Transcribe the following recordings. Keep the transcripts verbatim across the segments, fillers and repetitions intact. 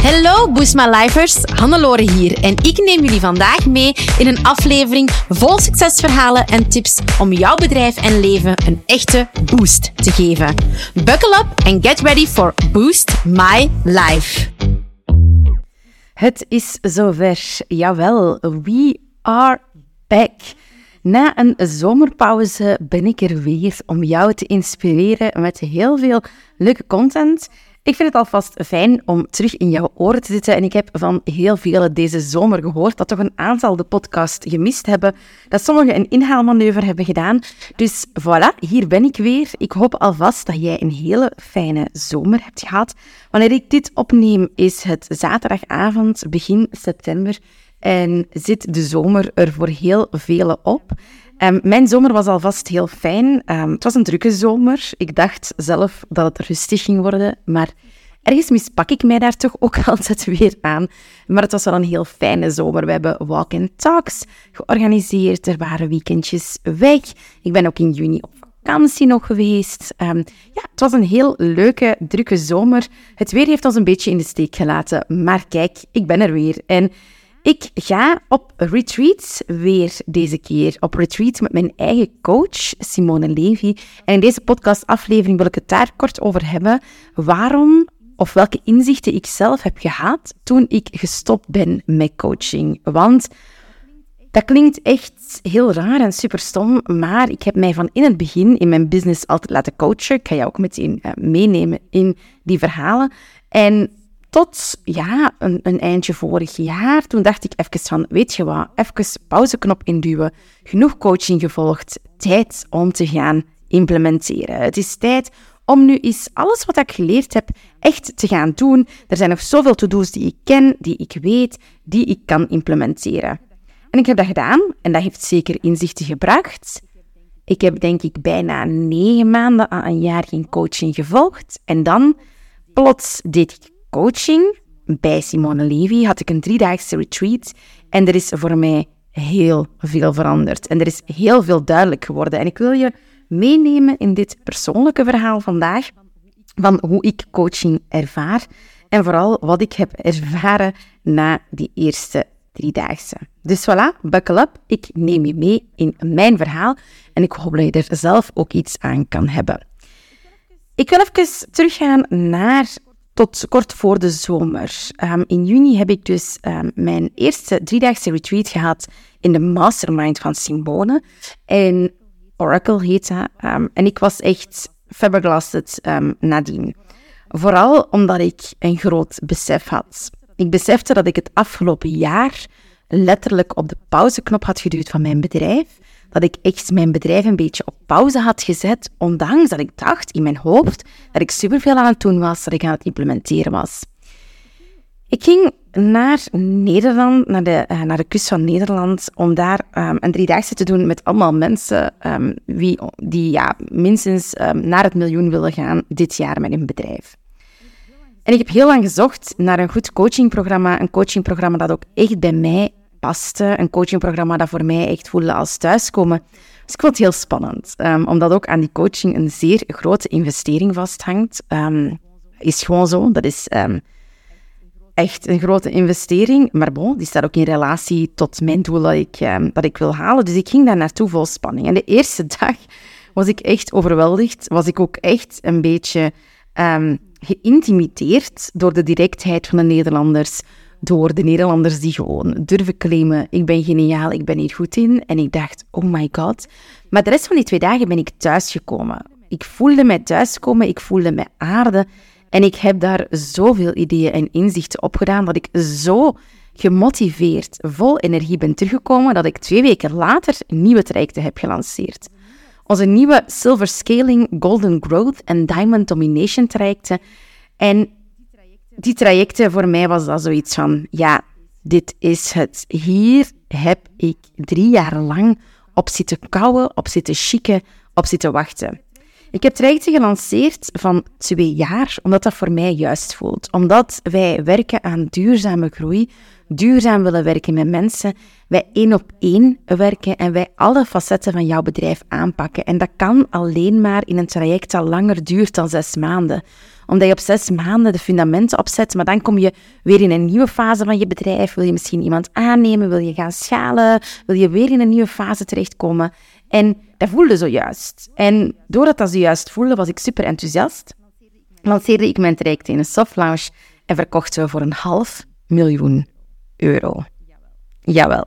Hallo Boost My Lifers, Hannelore hier en ik neem jullie vandaag mee in een aflevering vol succesverhalen en tips om jouw bedrijf en leven een echte boost te geven. Buckle up and get ready for Boost My Life. Het is zover. Jawel, we are back. Na een zomerpauze ben ik er weer om jou te inspireren met heel veel leuke content. Ik vind het alvast fijn om terug in jouw oren te zitten en ik heb van heel velen deze zomer gehoord dat toch een aantal de podcast gemist hebben, dat sommigen een inhaalmanoeuvre hebben gedaan. Dus voilà, hier ben ik weer. Ik hoop alvast dat jij een hele fijne zomer hebt gehad. Wanneer ik dit opneem is het zaterdagavond, begin september, en zit de zomer er voor heel velen op. Um, mijn zomer was alvast heel fijn. Um, het was een drukke zomer. Ik dacht zelf dat het rustig ging worden, maar ergens mispak ik mij daar toch ook altijd weer aan. Maar het was wel een heel fijne zomer. We hebben walk and talks georganiseerd. Er waren weekendjes weg. Ik ben ook in juni op vakantie nog geweest. Um, ja, het was een heel leuke, drukke zomer. Het weer heeft ons een beetje in de steek gelaten. Maar kijk, ik ben er weer. En ik ga op retreat weer deze keer. Op retreat met mijn eigen coach, Simone Levy. En in deze podcastaflevering wil ik het daar kort over hebben. Waarom of welke inzichten ik zelf heb gehad toen ik gestopt ben met coaching. Want dat klinkt echt heel raar en super stom, maar ik heb mij van in het begin in mijn business altijd laten coachen. Ik ga jou ook meteen uh, meenemen in die verhalen. En tot ja, een, een eindje vorig jaar, toen dacht ik even van, weet je wat, even pauzeknop induwen, genoeg coaching gevolgd, tijd om te gaan implementeren. Het is tijd om nu eens alles wat ik geleerd heb echt te gaan doen. Er zijn nog zoveel to-do's die ik ken, die ik weet, die ik kan implementeren. En ik heb dat gedaan en dat heeft zeker inzichten gebracht. Ik heb denk ik bijna negen maanden aan een jaar geen coaching gevolgd en dan plots deed ik coaching bij Simone Levy, had ik een driedaagse retreat en er is voor mij heel veel veranderd. En er is heel veel duidelijk geworden. En ik wil je meenemen in dit persoonlijke verhaal vandaag van hoe ik coaching ervaar en vooral wat ik heb ervaren na die eerste driedaagse. Dus voilà, buckle up. Ik neem je mee in mijn verhaal en ik hoop dat je er zelf ook iets aan kan hebben. Ik wil even teruggaan naar tot kort voor de zomer. Um, in juni heb ik dus um, mijn eerste driedaagse retreat gehad in de mastermind van Simone. En Oracle heet dat. Um, en ik was echt flabbergasted um, nadien. Vooral omdat ik een groot besef had. Ik besefte dat ik het afgelopen jaar letterlijk op de pauzeknop had geduwd van mijn bedrijf. Dat ik echt mijn bedrijf een beetje op pauze had gezet, ondanks dat ik dacht in mijn hoofd dat ik superveel aan het doen was, dat ik aan het implementeren was. Ik ging naar Nederland, naar de, uh, naar de kust van Nederland, om daar um, een driedaagse te doen met allemaal mensen um, wie, die ja, minstens um, naar het miljoen willen gaan dit jaar met hun bedrijf. En ik heb heel lang gezocht naar een goed coachingprogramma, een coachingprogramma dat ook echt bij mij paste, een coachingprogramma dat voor mij echt voelde als thuiskomen. Dus ik vond het heel spannend, um, omdat ook aan die coaching een zeer grote investering vasthangt. Um, is gewoon zo, dat is um, echt een grote investering, maar bon, die staat ook in relatie tot mijn doel dat ik, um, dat ik wil halen. Dus ik ging daar naartoe vol spanning. En de eerste dag was ik echt overweldigd, was ik ook echt een beetje um, geïntimideerd door de directheid van de Nederlanders, door de Nederlanders die gewoon durven claimen, ik ben geniaal, ik ben hier goed in. En ik dacht, oh my god. Maar de rest van die twee dagen ben ik thuisgekomen. Ik voelde mij thuiskomen, ik voelde mij aarde. En ik heb daar zoveel ideeën en inzichten opgedaan, dat ik zo gemotiveerd, vol energie ben teruggekomen, dat ik twee weken later nieuwe trajecten heb gelanceerd. Onze nieuwe Silver Scaling, Golden Growth en Diamond Domination trajecten. En die trajecten, voor mij was dat zoiets van, ja, dit is het. Hier heb ik drie jaar lang op zitten kauwen, op zitten chicken, op zitten wachten. Ik heb trajecten gelanceerd van twee jaar, omdat dat voor mij juist voelt. Omdat wij werken aan duurzame groei duurzaam willen werken met mensen, wij één op één werken en wij alle facetten van jouw bedrijf aanpakken. En dat kan alleen maar in een traject dat langer duurt dan zes maanden. Omdat je op zes maanden de fundamenten opzet, maar dan kom je weer in een nieuwe fase van je bedrijf. Wil je misschien iemand aannemen, wil je gaan schalen, wil je weer in een nieuwe fase terechtkomen. En dat voelde zojuist. En doordat dat zojuist voelde, was ik super enthousiast. Lanceerde ik mijn traject in een soft launch en verkochten we voor een half miljoen euro. Jawel.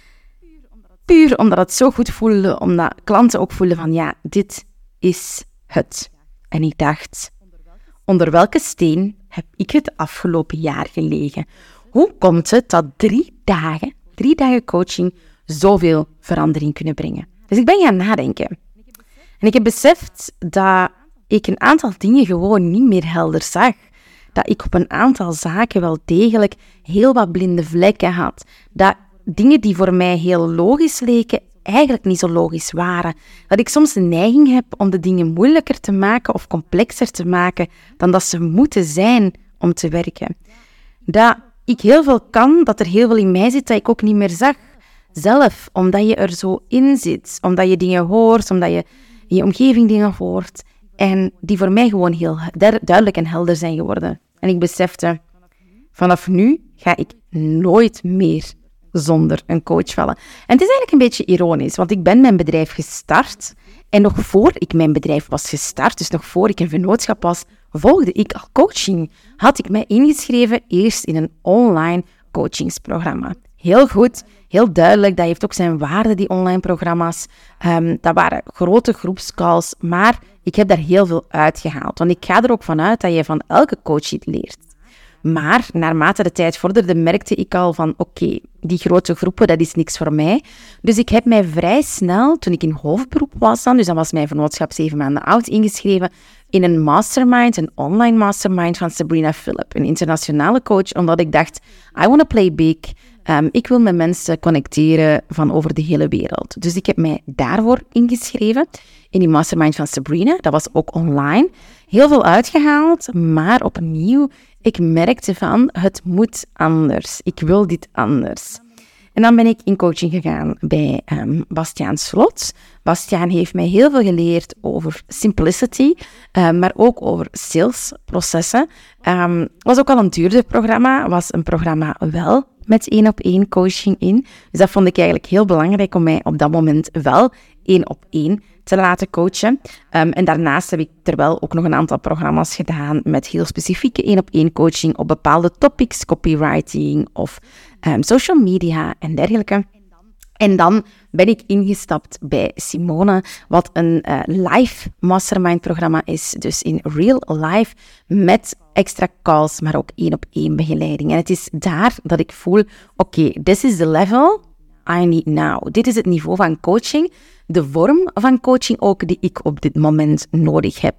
Puur omdat het zo goed voelde, omdat klanten ook voelden van ja, dit is het. En ik dacht, onder welke steen heb ik het afgelopen jaar gelegen? Hoe komt het dat drie dagen, drie dagen coaching zoveel verandering kunnen brengen? Dus ik ben gaan nadenken. En ik heb beseft dat ik een aantal dingen gewoon niet meer helder zag. Dat ik op een aantal zaken wel degelijk heel wat blinde vlekken had. Dat dingen die voor mij heel logisch leken, eigenlijk niet zo logisch waren. Dat ik soms de neiging heb om de dingen moeilijker te maken of complexer te maken dan dat ze moeten zijn om te werken. Dat ik heel veel kan, dat er heel veel in mij zit dat ik ook niet meer zag. Zelf, omdat je er zo in zit, omdat je dingen hoort, omdat je in je omgeving dingen hoort. En die voor mij gewoon heel duidelijk en helder zijn geworden. En ik besefte, vanaf nu ga ik nooit meer zonder een coach vallen. En het is eigenlijk een beetje ironisch, want ik ben mijn bedrijf gestart. En nog voor ik mijn bedrijf was gestart, dus nog voor ik een vennootschap was, volgde ik al coaching. Had ik mij ingeschreven eerst in een online coachingsprogramma. Heel goed, heel duidelijk, dat heeft ook zijn waarde, die online programma's. Um, dat waren grote groepscalls, maar ik heb daar heel veel uitgehaald. Want ik ga er ook vanuit dat je van elke coach iets leert. Maar naarmate de tijd vorderde, merkte ik al van oké, okay, die grote groepen, dat is niks voor mij. Dus ik heb mij vrij snel, toen ik in hoofdberoep was dan, dus dan was mijn vennootschap zeven maanden oud, ingeschreven in een mastermind, een online mastermind van Sabrina Philip, een internationale coach, omdat ik dacht, I want to play big. Um, ik wil met mensen connecteren van over de hele wereld. Dus ik heb mij daarvoor ingeschreven in die mastermind van Sabrina. Dat was ook online. Heel veel uitgehaald, maar opnieuw, ik merkte van, het moet anders. Ik wil dit anders. En dan ben ik in coaching gegaan bij um, Bastiaan Slot. Bastiaan heeft mij heel veel geleerd over simplicity, uh, maar ook over salesprocessen. Um, was ook al een duurder programma, was een programma wel met één op één coaching in. Dus dat vond ik eigenlijk heel belangrijk om mij op dat moment wel één op één te laten coachen. Um, en daarnaast heb ik er wel ook nog een aantal programma's gedaan met heel specifieke één op één coaching op bepaalde topics, copywriting of um, social media en dergelijke. En dan ben ik ingestapt bij Simone, wat een uh, live mastermind programma is. Dus in real life met extra calls, maar ook één op één begeleiding. En het is daar dat ik voel, oké, okay, this is the level I need now. Dit is het niveau van coaching, de vorm van coaching ook die ik op dit moment nodig heb.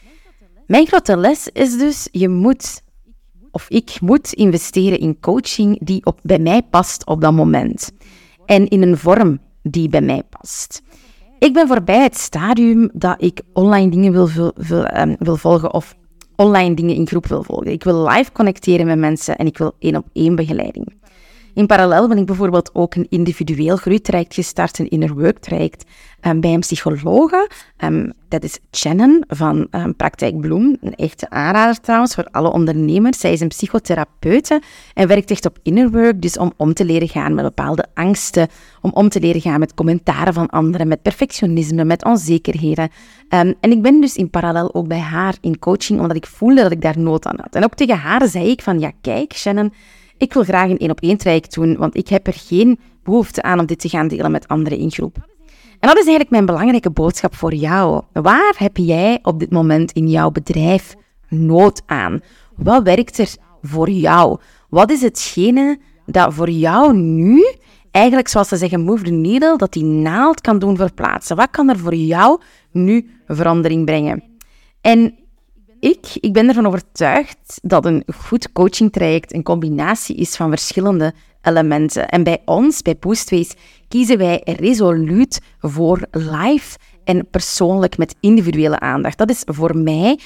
Mijn grote les is dus, je moet, of ik moet investeren in coaching die op, bij mij past op dat moment. En in een vorm die bij mij past. Ik ben voorbij het stadium dat ik online dingen wil, wil, wil, um, wil volgen of online dingen in groep wil volgen. Ik wil live connecteren met mensen en ik wil één op één begeleiding. In parallel ben ik bijvoorbeeld ook een individueel groeitraject gestart, een inner work traject, um, bij een psychologe. Um, dat is Shannon van um, Praktijk Bloem, een echte aanrader trouwens voor alle ondernemers. Zij is een psychotherapeute en werkt echt op inner work, dus om om te leren gaan met bepaalde angsten, om om te leren gaan met commentaren van anderen, met perfectionisme, met onzekerheden. Um, en ik ben dus in parallel ook bij haar in coaching, omdat ik voelde dat ik daar nood aan had. En ook tegen haar zei ik van, ja kijk Shannon, ik wil graag een één op één traject doen, want ik heb er geen behoefte aan om dit te gaan delen met anderen in groep. En dat is eigenlijk mijn belangrijke boodschap voor jou. Waar heb jij op dit moment in jouw bedrijf nood aan? Wat werkt er voor jou? Wat is hetgene dat voor jou nu, eigenlijk zoals ze zeggen, move the needle, dat die naald kan doen verplaatsen? Wat kan er voor jou nu verandering brengen? En Ik, ik ben ervan overtuigd dat een goed coachingtraject een combinatie is van verschillende elementen. En bij ons, bij Boostways, kiezen wij resoluut voor live en persoonlijk met individuele aandacht. Dat is voor mij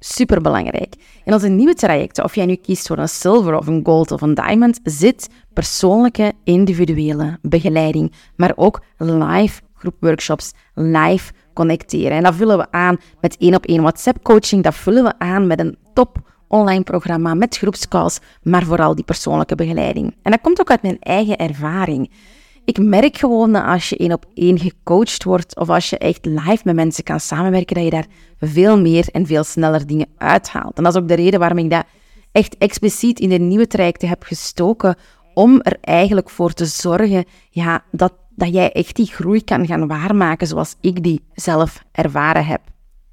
superbelangrijk. In onze nieuwe trajecten, of jij nu kiest voor een silver of een gold of een diamond, zit persoonlijke, individuele begeleiding, maar ook live groepworkshops, live connecteren. En dat vullen we aan met één op één WhatsApp coaching, dat vullen we aan met een top online programma, met groepscalls, maar vooral die persoonlijke begeleiding. En dat komt ook uit mijn eigen ervaring. Ik merk gewoon dat als je één op één gecoacht wordt, of als je echt live met mensen kan samenwerken, dat je daar veel meer en veel sneller dingen uithaalt. En dat is ook de reden waarom ik dat echt expliciet in de nieuwe trajecten heb gestoken, om er eigenlijk voor te zorgen ja, dat, dat jij echt die groei kan gaan waarmaken zoals ik die zelf ervaren heb.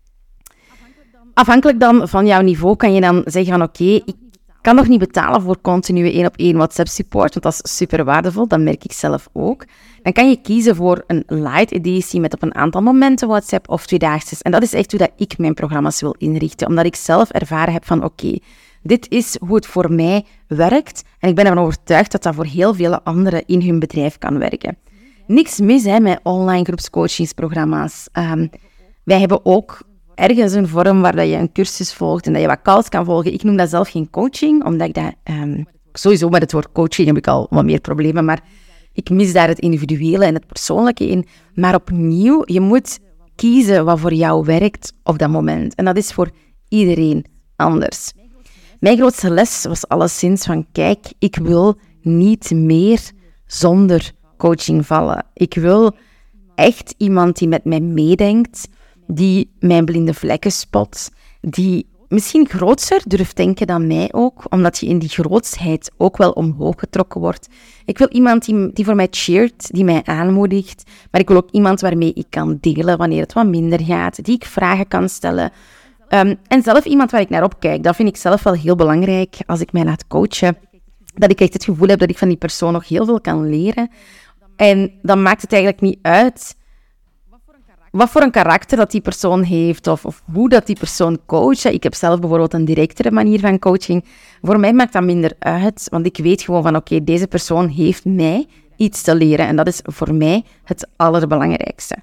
Afhankelijk dan van jouw niveau kan je dan zeggen van oké, okay, ik kan nog niet betalen voor continue één op één WhatsApp support, want dat is super waardevol, dat merk ik zelf ook. Dan kan je kiezen voor een light editie met op een aantal momenten WhatsApp of tweedaagses. En dat is echt hoe dat ik mijn programma's wil inrichten, omdat ik zelf ervaren heb van oké, okay, dit is hoe het voor mij werkt en ik ben ervan overtuigd dat dat voor heel veel anderen in hun bedrijf kan werken. Niks mis hè, met online groepscoachingsprogramma's. Um, wij hebben ook ergens een vorm waar je een cursus volgt en dat je wat calls kan volgen. Ik noem dat zelf geen coaching, omdat ik dat... Um, sowieso met het woord coaching heb ik al wat meer problemen, maar ik mis daar het individuele en het persoonlijke in. Maar opnieuw, je moet kiezen wat voor jou werkt op dat moment. En dat is voor iedereen anders. Mijn grootste les was alleszins van, kijk, ik wil niet meer zonder coaching vallen. Ik wil echt iemand die met mij meedenkt, die mijn blinde vlekken spot, die misschien grootser durft denken dan mij ook, omdat je in die grootsheid ook wel omhoog getrokken wordt. Ik wil iemand die, die voor mij cheert, die mij aanmoedigt, maar ik wil ook iemand waarmee ik kan delen wanneer het wat minder gaat, die ik vragen kan stellen. Um, en zelf iemand waar ik naar opkijk. Dat vind ik zelf wel heel belangrijk als ik mij laat coachen. Dat ik echt het gevoel heb dat ik van die persoon nog heel veel kan leren. En dan maakt het eigenlijk niet uit wat voor een karakter dat die persoon heeft of, of hoe dat die persoon coacht. Ik heb zelf bijvoorbeeld een directere manier van coaching. Voor mij maakt dat minder uit, want ik weet gewoon van oké, okay, deze persoon heeft mij iets te leren. En dat is voor mij het allerbelangrijkste.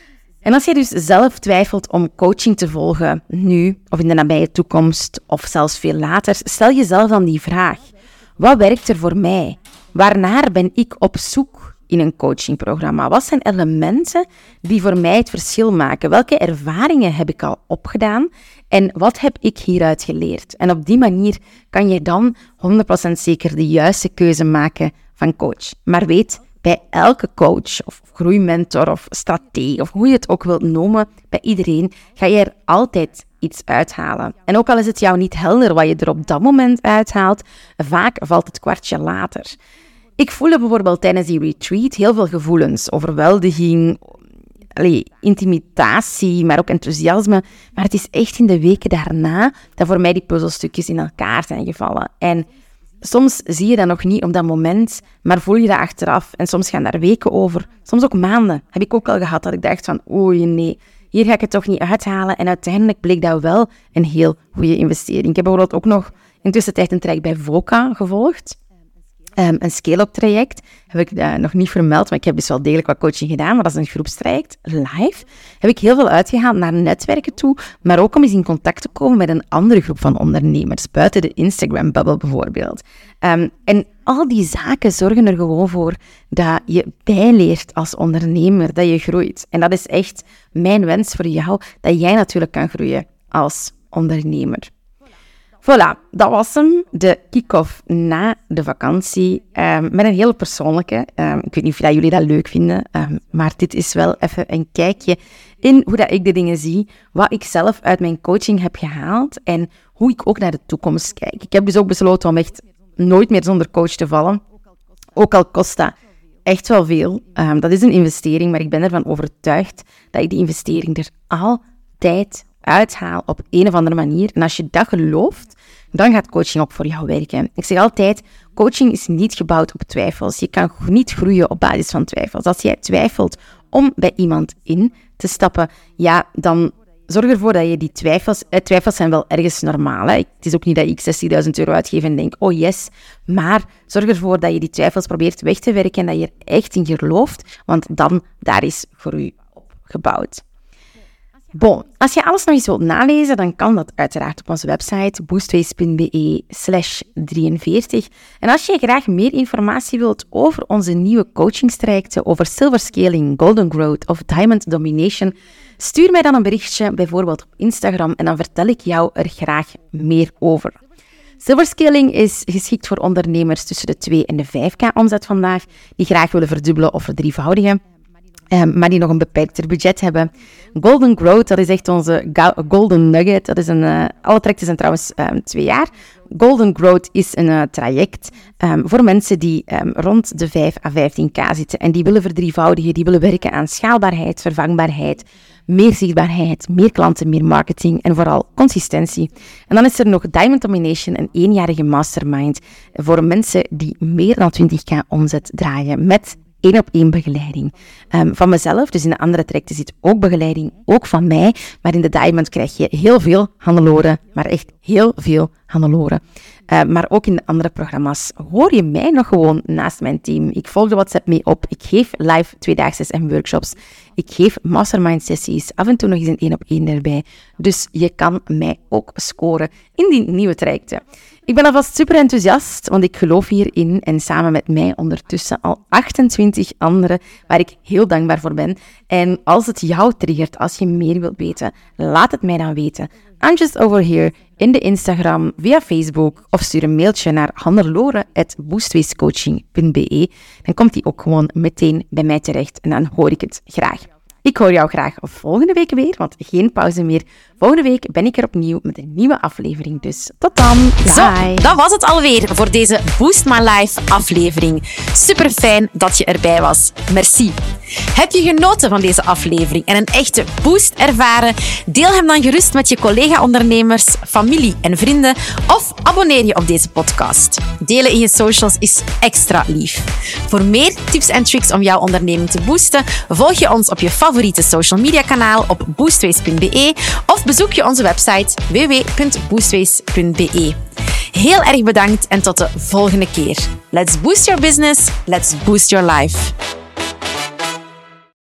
En als je dus zelf twijfelt om coaching te volgen, nu of in de nabije toekomst of zelfs veel later, stel jezelf dan die vraag. Wat werkt er voor mij? Waarnaar ben ik op zoek in een coachingprogramma? Wat zijn elementen die voor mij het verschil maken? Welke ervaringen heb ik al opgedaan? En wat heb ik hieruit geleerd? En op die manier kan je dan honderd procent zeker de juiste keuze maken van coach. Maar weet, bij elke coach of groeimentor of strateeg of hoe je het ook wilt noemen, bij iedereen ga je er altijd iets uithalen. En ook al is het jou niet helder wat je er op dat moment uithaalt, vaak valt het kwartje later. Ik voelde bijvoorbeeld tijdens die retreat heel veel gevoelens, overweldiging, allee, intimidatie, maar ook enthousiasme. Maar het is echt in de weken daarna dat voor mij die puzzelstukjes in elkaar zijn gevallen. En soms zie je dat nog niet op dat moment, maar voel je dat achteraf. En soms gaan daar weken over, soms ook maanden. Heb ik ook al gehad dat ik dacht van, oei nee, hier ga ik het toch niet uithalen. En uiteindelijk bleek dat wel een heel goede investering. Ik heb bijvoorbeeld ook nog intussen tijd een traject bij VOCA gevolgd. Um, een scale-up traject, heb ik uh, nog niet vermeld, maar ik heb dus wel degelijk wat coaching gedaan, maar dat is een groepstraject, live. Heb ik heel veel uitgehaald naar netwerken toe, maar ook om eens in contact te komen met een andere groep van ondernemers, buiten de Instagram-bubble bijvoorbeeld. Um, en al die zaken zorgen er gewoon voor dat je bijleert als ondernemer, dat je groeit. En dat is echt mijn wens voor jou, dat jij natuurlijk kan groeien als ondernemer. Voilà, dat was hem, de kick-off na de vakantie, um, met een hele persoonlijke. Um, ik weet niet of dat jullie dat leuk vinden, um, maar dit is wel even een kijkje in hoe dat ik de dingen zie, wat ik zelf uit mijn coaching heb gehaald en hoe ik ook naar de toekomst kijk. Ik heb dus ook besloten om echt nooit meer zonder coach te vallen, ook al kost dat echt wel veel. Um, dat is een investering, maar ik ben ervan overtuigd dat ik die investering er altijd uithaal op een of andere manier. En als je dat gelooft, dan gaat coaching ook voor jou werken. Ik zeg altijd, coaching is niet gebouwd op twijfels. Je kan niet groeien op basis van twijfels. Als jij twijfelt om bij iemand in te stappen, ja, dan zorg ervoor dat je die twijfels... Eh, twijfels zijn wel ergens normaal. Hè? Het is ook niet dat ik zestigduizend euro uitgeef en denk, oh yes. Maar zorg ervoor dat je die twijfels probeert weg te werken en dat je er echt in gelooft, want dan, daar is groei op gebouwd. Bon, als je alles nog eens wilt nalezen, dan kan dat uiteraard op onze website boostways.be slash 43. En als je graag meer informatie wilt over onze nieuwe coachingstrajecten, over silver scaling, golden growth of diamond domination, stuur mij dan een berichtje, bijvoorbeeld op Instagram, en dan vertel ik jou er graag meer over. Silverscaling is geschikt voor ondernemers tussen de twee en de vijf k omzet vandaag, die graag willen verdubbelen of verdrievoudigen, um, maar die nog een beperkter budget hebben. Golden Growth, dat is echt onze ga- golden nugget. Dat is een, uh, alle trajecten zijn trouwens um, twee jaar. Golden Growth is een uh, traject um, voor mensen die um, rond de vijf à vijftien k zitten en die willen verdrievoudigen, die willen werken aan schaalbaarheid, vervangbaarheid, meer zichtbaarheid, meer klanten, meer marketing en vooral consistentie. En dan is er nog Diamond Domination, een eenjarige mastermind voor mensen die meer dan twintig k omzet draaien met één op één begeleiding um, van mezelf. Dus in de andere trajecten zit ook begeleiding, ook van mij. Maar in de Diamond krijg je heel veel Hanneloren, maar echt heel veel Hanneloren. Uh, maar ook in de andere programma's hoor je mij nog gewoon naast mijn team. Ik volg de WhatsApp mee op. Ik geef live tweedaagse en workshops. Ik geef mastermind sessies. Af en toe nog eens een één op één erbij. Dus je kan mij ook scoren in die nieuwe trajecten. Ik ben alvast super enthousiast, want ik geloof hierin en samen met mij ondertussen al achtentwintig anderen waar ik heel dankbaar voor ben. En als het jou triggert, als je meer wilt weten, laat het mij dan weten. I'm just over here in de Instagram, via Facebook of stuur een mailtje naar hannelore at boostwayscoaching punt be. Dan komt die ook gewoon meteen bij mij terecht en dan hoor ik het graag. Ik hoor jou graag volgende week weer, want geen pauze meer. Volgende week ben ik er opnieuw met een nieuwe aflevering. Dus tot dan. Bye. Zo, dat was het alweer voor deze Boost My Life aflevering. Super fijn dat je erbij was. Merci. Heb je genoten van deze aflevering en een echte boost ervaren? Deel hem dan gerust met je collega-ondernemers, familie en vrienden of abonneer je op deze podcast. Delen in je socials is extra lief. Voor meer tips en tricks om jouw onderneming te boosten, volg je ons op je favoriete social media kanaal op boostways punt be of bezoek je onze website w w w punt boostways punt be. Heel erg bedankt en tot de volgende keer. Let's boost your business, let's boost your life.